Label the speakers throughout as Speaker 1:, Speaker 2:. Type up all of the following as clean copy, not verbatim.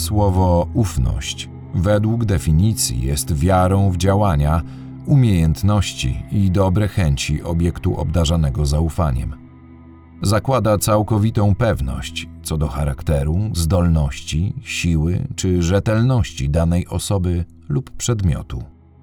Speaker 1: Słowo ufność według definicji jest wiarą w działania, umiejętności i dobre chęci obiektu obdarzanego zaufaniem. Zakłada całkowitą pewność co do charakteru, zdolności, siły czy rzetelności danej osoby lub przedmiotu.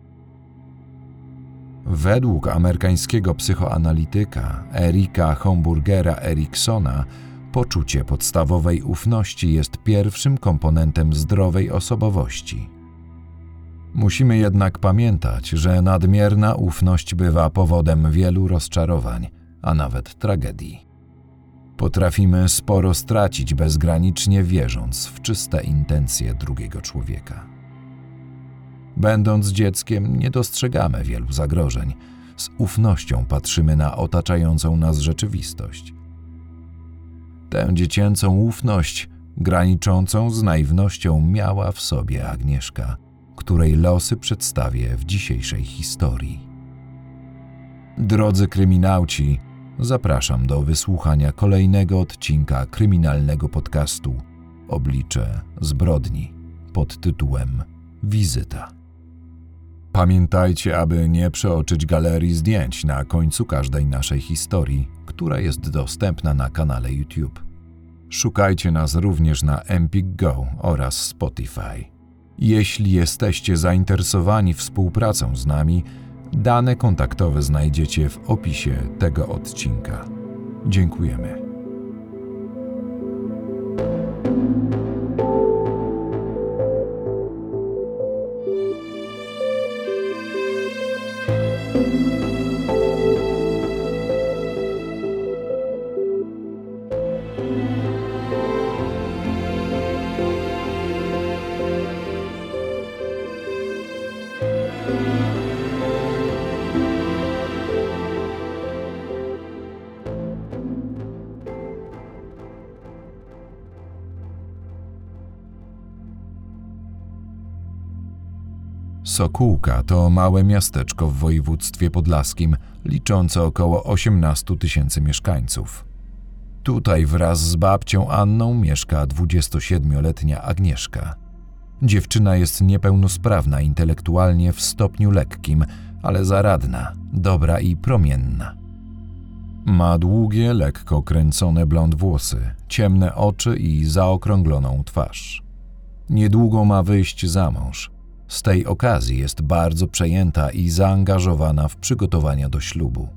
Speaker 1: Według amerykańskiego psychoanalityka Erika Homburgera Eriksona poczucie podstawowej ufności jest pierwszym komponentem zdrowej osobowości. Musimy jednak pamiętać, że nadmierna ufność bywa powodem wielu rozczarowań, a nawet tragedii. Potrafimy sporo stracić bezgranicznie wierząc w czyste intencje drugiego człowieka. Będąc dzieckiem, nie dostrzegamy wielu zagrożeń. Z ufnością patrzymy na otaczającą nas rzeczywistość. Tę dziecięcą ufność, graniczącą z naiwnością, miała w sobie Agnieszka, której losy przedstawię w dzisiejszej historii. Drodzy kryminauci, zapraszam do wysłuchania kolejnego odcinka kryminalnego podcastu Oblicze zbrodni pod tytułem Wizyta. Pamiętajcie, aby nie przeoczyć galerii zdjęć na końcu każdej naszej historii, która jest dostępna na kanale YouTube. Szukajcie nas również na Empik Go oraz Spotify. Jeśli jesteście zainteresowani współpracą z nami, dane kontaktowe znajdziecie w opisie tego odcinka. Dziękujemy. Sokółka to małe miasteczko w województwie podlaskim, liczące około 18 000 mieszkańców. Tutaj wraz z babcią Anną mieszka 27-letnia Agnieszka. Dziewczyna jest niepełnosprawna intelektualnie w stopniu lekkim, ale zaradna, dobra i promienna. Ma długie, lekko kręcone blond włosy, ciemne oczy i zaokrągloną twarz. Niedługo ma wyjść za mąż. Z tej okazji jest bardzo przejęta i zaangażowana w przygotowania do ślubu.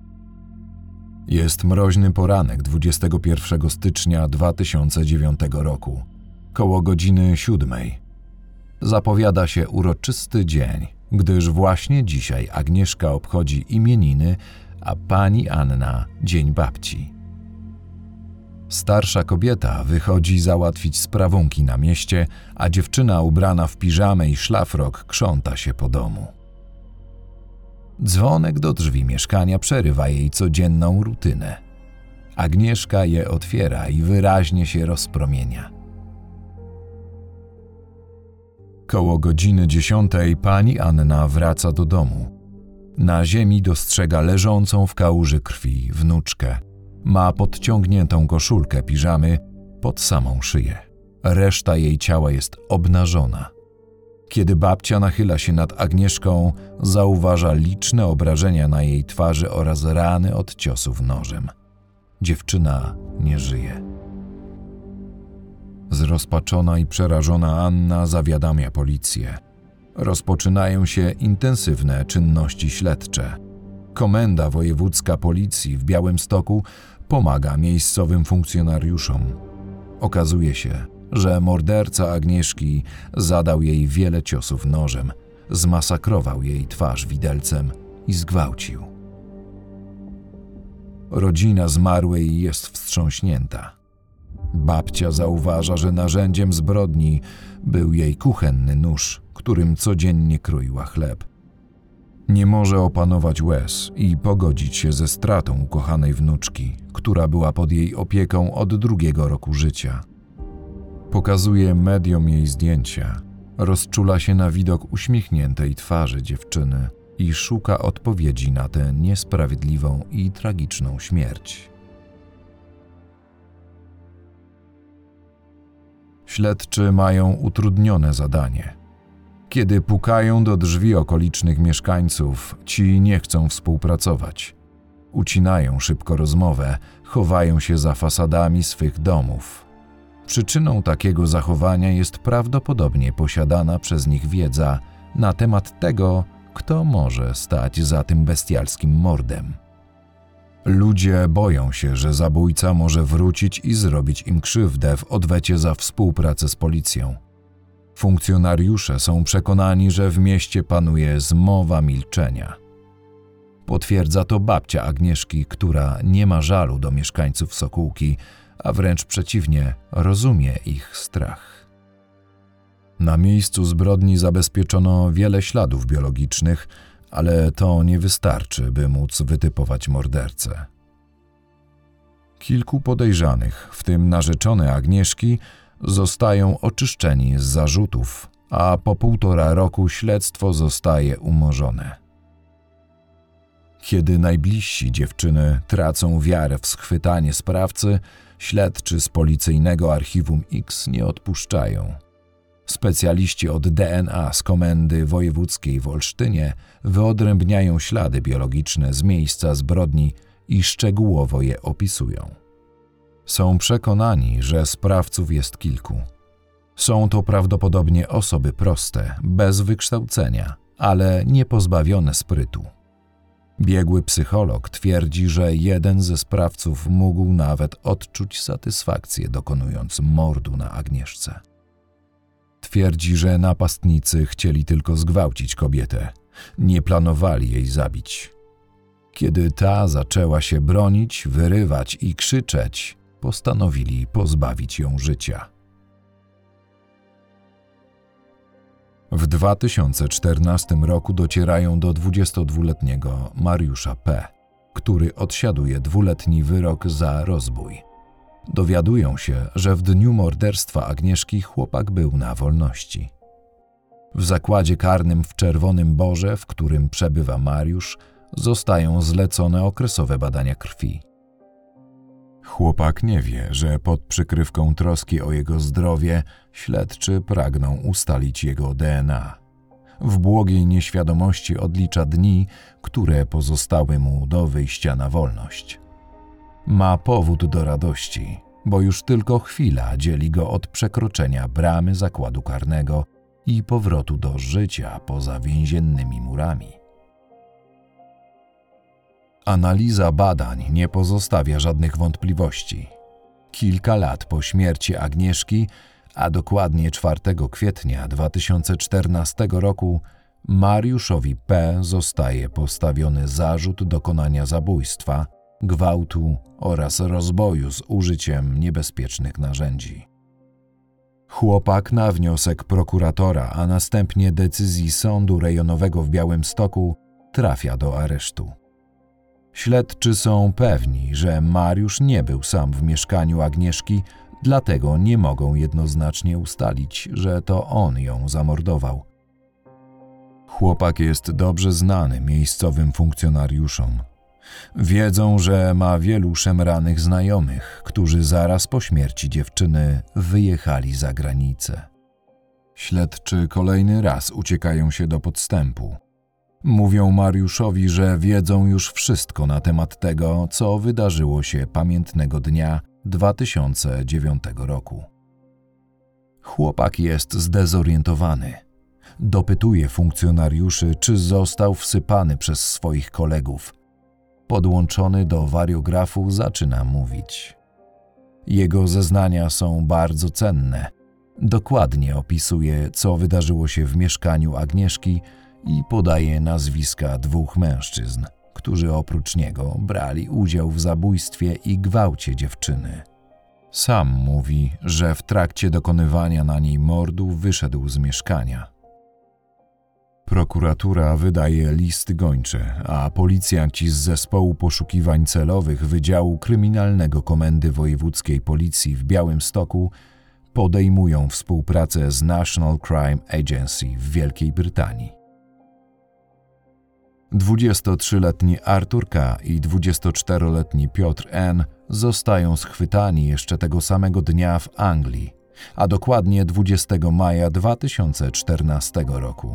Speaker 1: Jest mroźny poranek 21 stycznia 2009 roku, koło godziny 7. Zapowiada się uroczysty dzień, gdyż właśnie dzisiaj Agnieszka obchodzi imieniny, a pani Anna Dzień Babci. Starsza kobieta wychodzi załatwić sprawunki na mieście, a dziewczyna ubrana w piżamę i szlafrok krząta się po domu. Dzwonek do drzwi mieszkania przerywa jej codzienną rutynę. Agnieszka je otwiera i wyraźnie się rozpromienia. Koło godziny 10 pani Anna wraca do domu. Na ziemi dostrzega leżącą w kałuży krwi wnuczkę. Ma podciągniętą koszulkę piżamy pod samą szyję. Reszta jej ciała jest obnażona. Kiedy babcia nachyla się nad Agnieszką, zauważa liczne obrażenia na jej twarzy oraz rany od ciosów nożem. Dziewczyna nie żyje. Zrozpaczona i przerażona Anna zawiadamia policję. Rozpoczynają się intensywne czynności śledcze. Komenda Wojewódzka Policji w Białymstoku pomaga miejscowym funkcjonariuszom. Okazuje się, że morderca Agnieszki zadał jej wiele ciosów nożem, zmasakrował jej twarz widelcem i zgwałcił. Rodzina zmarłej jest wstrząśnięta. Babcia zauważa, że narzędziem zbrodni był jej kuchenny nóż, którym codziennie kroiła chleb. Nie może opanować łez i pogodzić się ze stratą ukochanej wnuczki, która była pod jej opieką od 2. roku życia. Pokazuje mediom jej zdjęcia. Rozczula się na widok uśmiechniętej twarzy dziewczyny i szuka odpowiedzi na tę niesprawiedliwą i tragiczną śmierć. Śledczy mają utrudnione zadanie. Kiedy pukają do drzwi okolicznych mieszkańców, ci nie chcą współpracować. Ucinają szybko rozmowę, chowają się za fasadami swych domów. Przyczyną takiego zachowania jest prawdopodobnie posiadana przez nich wiedza na temat tego, kto może stać za tym bestialskim mordem. Ludzie boją się, że zabójca może wrócić i zrobić im krzywdę w odwecie za współpracę z policją. Funkcjonariusze są przekonani, że w mieście panuje zmowa milczenia. Potwierdza to babcia Agnieszki, która nie ma żalu do mieszkańców Sokółki, a wręcz przeciwnie, rozumie ich strach. Na miejscu zbrodni zabezpieczono wiele śladów biologicznych, ale to nie wystarczy, by móc wytypować mordercę. Kilku podejrzanych, w tym narzeczony Agnieszki, zostają oczyszczeni z zarzutów, a po 1,5 roku śledztwo zostaje umorzone. Kiedy najbliżsi dziewczyny tracą wiarę w schwytanie sprawcy, śledczy z policyjnego Archiwum X nie odpuszczają. Specjaliści od DNA z Komendy Wojewódzkiej w Olsztynie wyodrębniają ślady biologiczne z miejsca zbrodni i szczegółowo je opisują. Są przekonani, że sprawców jest kilku. Są to prawdopodobnie osoby proste, bez wykształcenia, ale nie pozbawione sprytu. Biegły psycholog twierdzi, że jeden ze sprawców mógł nawet odczuć satysfakcję, dokonując mordu na Agnieszce. Twierdzi, że napastnicy chcieli tylko zgwałcić kobietę, nie planowali jej zabić. Kiedy ta zaczęła się bronić, wyrywać i krzyczeć, postanowili pozbawić ją życia. W 2014 roku docierają do 22-letniego Mariusza P., który odsiaduje 2-letni wyrok za rozbój. Dowiadują się, że w dniu morderstwa Agnieszki chłopak był na wolności. W zakładzie karnym w Czerwonym Borze, w którym przebywa Mariusz, zostają zlecone okresowe badania krwi. Chłopak nie wie, że pod przykrywką troski o jego zdrowie śledczy pragną ustalić jego DNA. W błogiej nieświadomości odlicza dni, które pozostały mu do wyjścia na wolność. Ma powód do radości, bo już tylko chwila dzieli go od przekroczenia bramy zakładu karnego i powrotu do życia poza więziennymi murami. Analiza badań nie pozostawia żadnych wątpliwości. Kilka lat po śmierci Agnieszki, a dokładnie 4 kwietnia 2014 roku, Mariuszowi P. zostaje postawiony zarzut dokonania zabójstwa, gwałtu oraz rozboju z użyciem niebezpiecznych narzędzi. Chłopak na wniosek prokuratora, a następnie decyzji sądu rejonowego w Białymstoku trafia do aresztu. Śledczy są pewni, że Mariusz nie był sam w mieszkaniu Agnieszki, dlatego nie mogą jednoznacznie ustalić, że to on ją zamordował. Chłopak jest dobrze znany miejscowym funkcjonariuszom. Wiedzą, że ma wielu szemranych znajomych, którzy zaraz po śmierci dziewczyny wyjechali za granicę. Śledczy kolejny raz uciekają się do podstępu. Mówią Mariuszowi, że wiedzą już wszystko na temat tego, co wydarzyło się pamiętnego dnia 2009 roku. Chłopak jest zdezorientowany. Dopytuje funkcjonariuszy, czy został wsypany przez swoich kolegów. Podłączony do wariografu zaczyna mówić. Jego zeznania są bardzo cenne. Dokładnie opisuje, co wydarzyło się w mieszkaniu Agnieszki i podaje nazwiska 2 mężczyzn, którzy oprócz niego brali udział w zabójstwie i gwałcie dziewczyny. Sam mówi, że w trakcie dokonywania na niej mordu wyszedł z mieszkania. Prokuratura wydaje listy gończe, a policjanci z Zespołu Poszukiwań Celowych Wydziału Kryminalnego Komendy Wojewódzkiej Policji w Białymstoku podejmują współpracę z National Crime Agency w Wielkiej Brytanii. 23-letni Artur K. i 24-letni Piotr N. zostają schwytani jeszcze tego samego dnia w Anglii, a dokładnie 20 maja 2014 roku.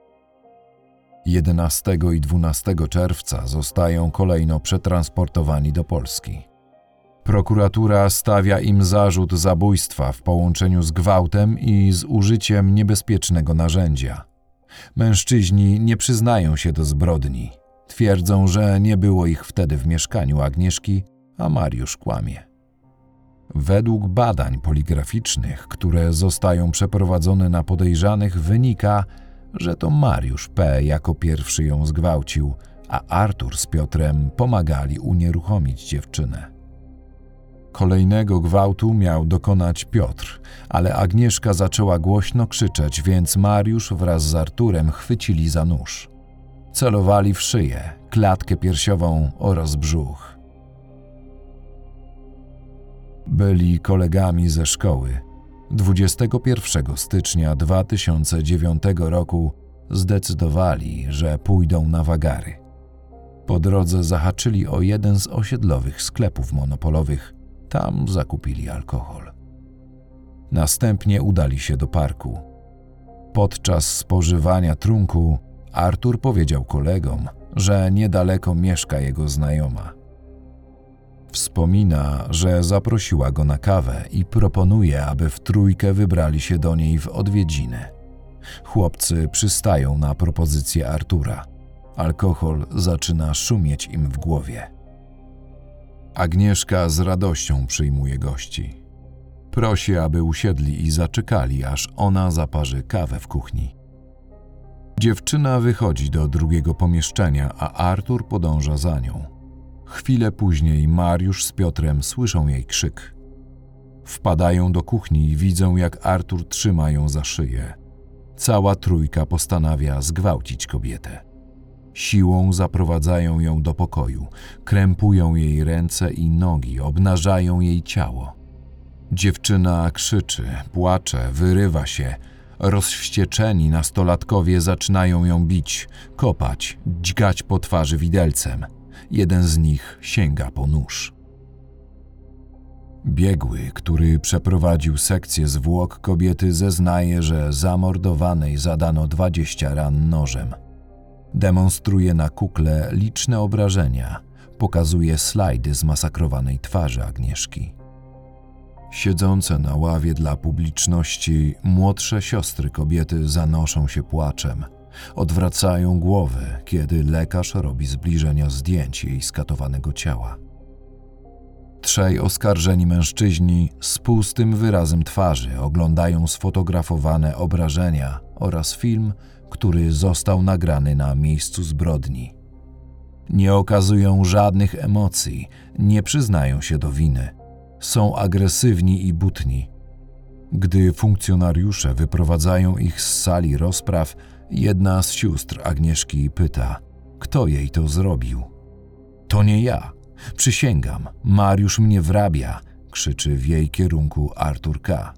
Speaker 1: 11 i 12 czerwca zostają kolejno przetransportowani do Polski. Prokuratura stawia im zarzut zabójstwa w połączeniu z gwałtem i z użyciem niebezpiecznego narzędzia. Mężczyźni nie przyznają się do zbrodni. Twierdzą, że nie było ich wtedy w mieszkaniu Agnieszki, a Mariusz kłamie. Według badań poligraficznych, które zostają przeprowadzone na podejrzanych, wynika, że to Mariusz P. jako pierwszy ją zgwałcił, a Artur z Piotrem pomagali unieruchomić dziewczynę. Kolejnego gwałtu miał dokonać Piotr, ale Agnieszka zaczęła głośno krzyczeć, więc Mariusz wraz z Arturem chwycili za nóż. Celowali w szyję, klatkę piersiową oraz brzuch. Byli kolegami ze szkoły. 21 stycznia 2009 roku zdecydowali, że pójdą na wagary. Po drodze zahaczyli o jeden z osiedlowych sklepów monopolowych. Tam zakupili alkohol. Następnie udali się do parku. Podczas spożywania trunku Artur powiedział kolegom, że niedaleko mieszka jego znajoma. Wspomina, że zaprosiła go na kawę i proponuje, aby w trójkę wybrali się do niej w odwiedziny. Chłopcy przystają na propozycję Artura. Alkohol zaczyna szumieć im w głowie. Agnieszka z radością przyjmuje gości. Prosi, aby usiedli i zaczekali, aż ona zaparzy kawę w kuchni. Dziewczyna wychodzi do drugiego pomieszczenia, a Artur podąża za nią. Chwilę później Mariusz z Piotrem słyszą jej krzyk. Wpadają do kuchni i widzą, jak Artur trzyma ją za szyję. Cała trójka postanawia zgwałcić kobietę. Siłą zaprowadzają ją do pokoju, krępują jej ręce i nogi, obnażają jej ciało. Dziewczyna krzyczy, płacze, wyrywa się. Rozwścieczeni nastolatkowie zaczynają ją bić, kopać, dźgać po twarzy widelcem. Jeden z nich sięga po nóż. Biegły, który przeprowadził sekcję zwłok kobiety, zeznaje, że zamordowanej zadano 20 ran nożem. Demonstruje na kukle liczne obrażenia, pokazuje slajdy zmasakrowanej twarzy Agnieszki. Siedzące na ławie dla publiczności młodsze siostry kobiety zanoszą się płaczem. Odwracają głowy, kiedy lekarz robi zbliżenia zdjęć jej skatowanego ciała. Trzej oskarżeni mężczyźni z pustym wyrazem twarzy oglądają sfotografowane obrażenia oraz film, który został nagrany na miejscu zbrodni. Nie okazują żadnych emocji, nie przyznają się do winy. Są agresywni i butni. Gdy funkcjonariusze wyprowadzają ich z sali rozpraw, jedna z sióstr Agnieszki pyta, kto jej to zrobił. To nie ja. Przysięgam, Mariusz mnie wrabia, krzyczy w jej kierunku Artur K.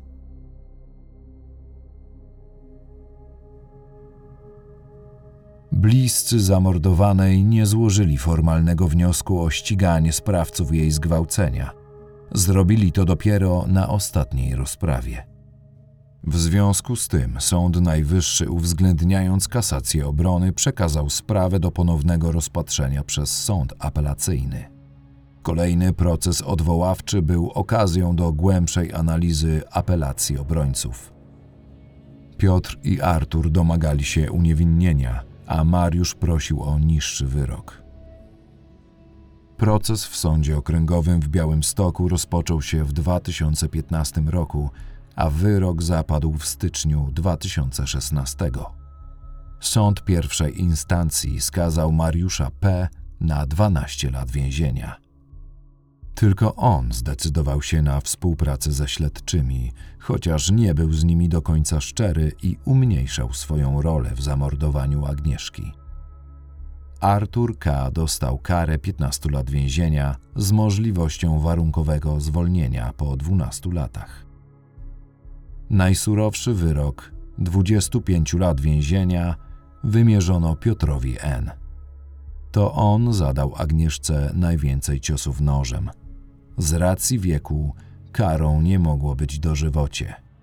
Speaker 1: Bliscy zamordowanej nie złożyli formalnego wniosku o ściganie sprawców jej zgwałcenia. Zrobili to dopiero na ostatniej rozprawie. W związku z tym Sąd Najwyższy, uwzględniając kasację obrony, przekazał sprawę do ponownego rozpatrzenia przez sąd apelacyjny. Kolejny proces odwoławczy był okazją do głębszej analizy apelacji obrońców. Piotr i Artur domagali się uniewinnienia, a Mariusz prosił o niższy wyrok. Proces w Sądzie Okręgowym w Białymstoku rozpoczął się w 2015 roku, a wyrok zapadł w styczniu 2016. Sąd pierwszej instancji skazał Mariusza P. na 12 lat więzienia. Tylko on zdecydował się na współpracę ze śledczymi, chociaż nie był z nimi do końca szczery i umniejszał swoją rolę w zamordowaniu Agnieszki. Artur K. dostał karę 15 lat więzienia z możliwością warunkowego zwolnienia po 12 latach. Najsurowszy wyrok 25 lat więzienia wymierzono Piotrowi N. To on zadał Agnieszce najwięcej ciosów nożem. Z racji wieku karą nie mogło być dożywocie.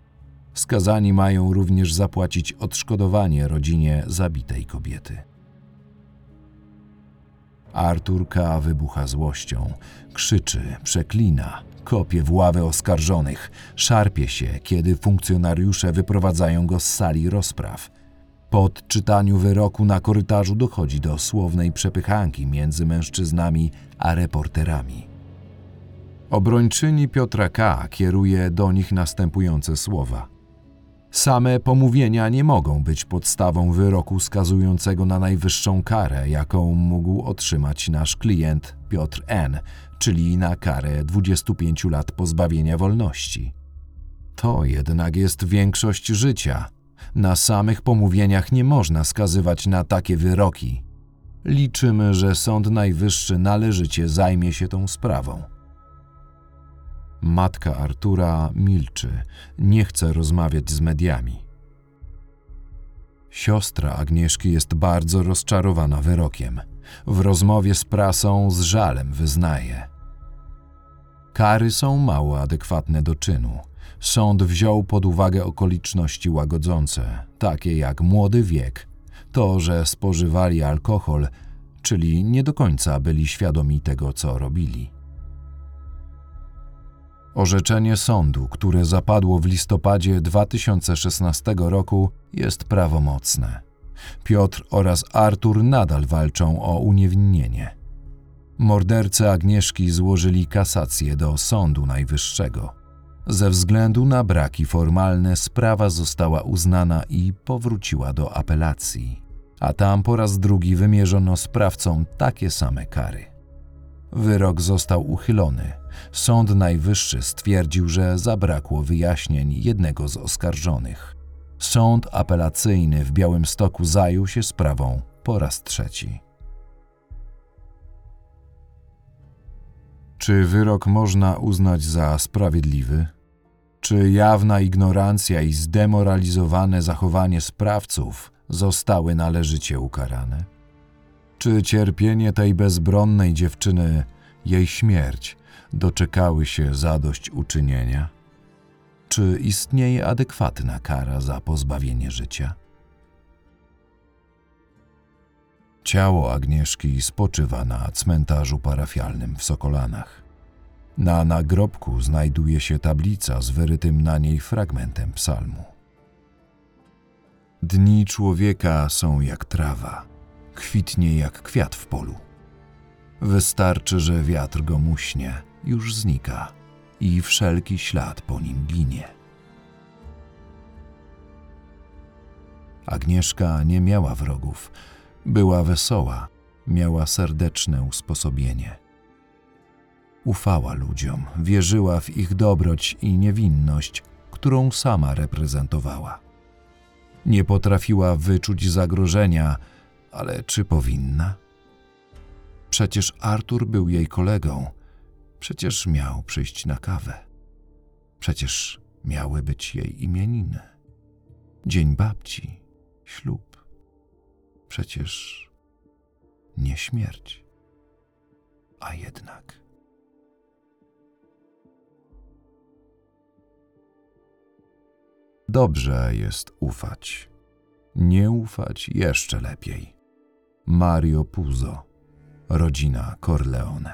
Speaker 1: Skazani mają również zapłacić odszkodowanie rodzinie zabitej kobiety. Artur K. wybucha złością, krzyczy, przeklina, kopie w ławę oskarżonych, szarpie się, kiedy funkcjonariusze wyprowadzają go z sali rozpraw. Po odczytaniu wyroku na korytarzu dochodzi do słownej przepychanki między mężczyznami a reporterami. Obrończyni Piotra K. kieruje do nich następujące słowa. Same pomówienia nie mogą być podstawą wyroku skazującego na najwyższą karę, jaką mógł otrzymać nasz klient Piotr N., czyli na karę 25 lat pozbawienia wolności. To jednak jest większość życia. Na samych pomówieniach nie można skazywać na takie wyroki. Liczymy, że Sąd Najwyższy należycie zajmie się tą sprawą. Matka Artura milczy, nie chce rozmawiać z mediami. Siostra Agnieszki jest bardzo rozczarowana wyrokiem. W rozmowie z prasą z żalem wyznaje. Kary są mało adekwatne do czynu. Sąd wziął pod uwagę okoliczności łagodzące, takie jak młody wiek, to, że spożywali alkohol, czyli nie do końca byli świadomi tego, co robili. Orzeczenie sądu, które zapadło w listopadzie 2016 roku, jest prawomocne. Piotr oraz Artur nadal walczą o uniewinnienie. Mordercy Agnieszki złożyli kasację do Sądu Najwyższego. Ze względu na braki formalne sprawa została uznana i powróciła do apelacji, a tam po raz drugi wymierzono sprawcom takie same kary. Wyrok został uchylony. Sąd Najwyższy stwierdził, że zabrakło wyjaśnień jednego z oskarżonych. Sąd apelacyjny w Białymstoku zajął się sprawą po raz trzeci. Czy wyrok można uznać za sprawiedliwy? Czy jawna ignorancja i zdemoralizowane zachowanie sprawców zostały należycie ukarane? Czy cierpienie tej bezbronnej dziewczyny, jej śmierć, doczekały się zadośćuczynienia? Czy istnieje adekwatna kara za pozbawienie życia? Ciało Agnieszki spoczywa na cmentarzu parafialnym w Sokolanach. Na nagrobku znajduje się tablica z wyrytym na niej fragmentem psalmu. Dni człowieka są jak trawa, kwitnie jak kwiat w polu. Wystarczy, że wiatr go muśnie, już znika i wszelki ślad po nim ginie. Agnieszka nie miała wrogów, była wesoła, miała serdeczne usposobienie. Ufała ludziom, wierzyła w ich dobroć i niewinność, którą sama reprezentowała. Nie potrafiła wyczuć zagrożenia, ale czy powinna? Przecież Artur był jej kolegą, przecież miał przyjść na kawę. Przecież miały być jej imieniny. Dzień babci, ślub. Przecież nie śmierć, a jednak. Dobrze jest ufać. Nie ufać jeszcze lepiej. Mario Puzo, rodzina Corleone.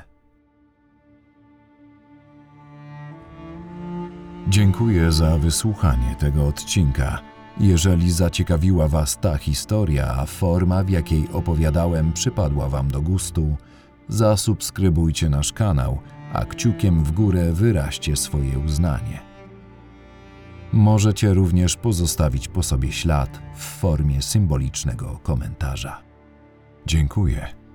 Speaker 1: Dziękuję za wysłuchanie tego odcinka. Jeżeli zaciekawiła Was ta historia, a forma, w jakiej opowiadałem, przypadła Wam do gustu, zasubskrybujcie nasz kanał, a kciukiem w górę wyraźcie swoje uznanie. Możecie również pozostawić po sobie ślad w formie symbolicznego komentarza. Dziękuję.